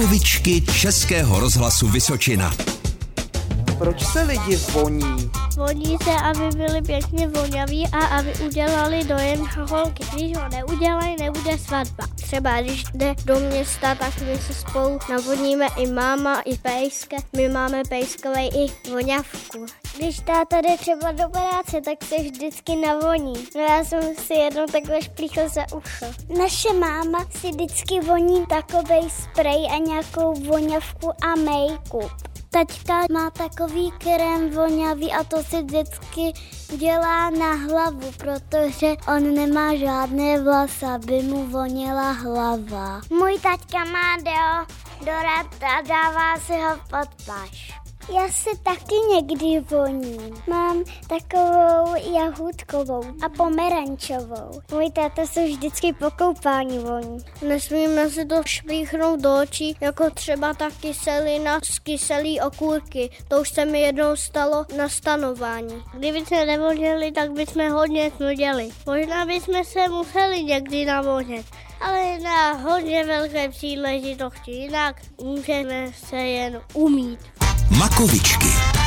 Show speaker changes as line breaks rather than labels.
Makovičky Českého rozhlasu Vysočina.
Proč se lidi voní?
Voní se, aby byli pěkně voňaví a aby udělali dojem holky. Když ho neudělají, nebude svatba. Třeba když jde do města, tak my se spolu navodníme i máma, i pejska. My máme pejskovej i voňavku. Když táta jde třeba do práce, tak se vždycky navoní. No já jsem si jednou takhle šplíchl za ucho. Naše máma si vždycky voní takovej sprej a nějakou voňavku a make-up. Taťka má takový krém voňavý a to si vždycky dělá na hlavu, protože on nemá žádné vlasy, aby mu voněla hlava. Můj taťka má deodorant a dává si ho pod plášť. Já se taky někdy voním. Mám takovou jahůdkovou a pomerančovou. Můj táta se vždycky po koupání voní. Nesmíme si to špíchnout do očí, jako třeba ta kyselina z kyselý okurky. To už se mi jednou stalo na stanování. Kdyby se nevoněli, tak bychom hodně smrděli. Možná bychom se museli někdy navonět. Ale na hodně velké příležitosti, jinak můžeme se jen umýt.
Makovičky.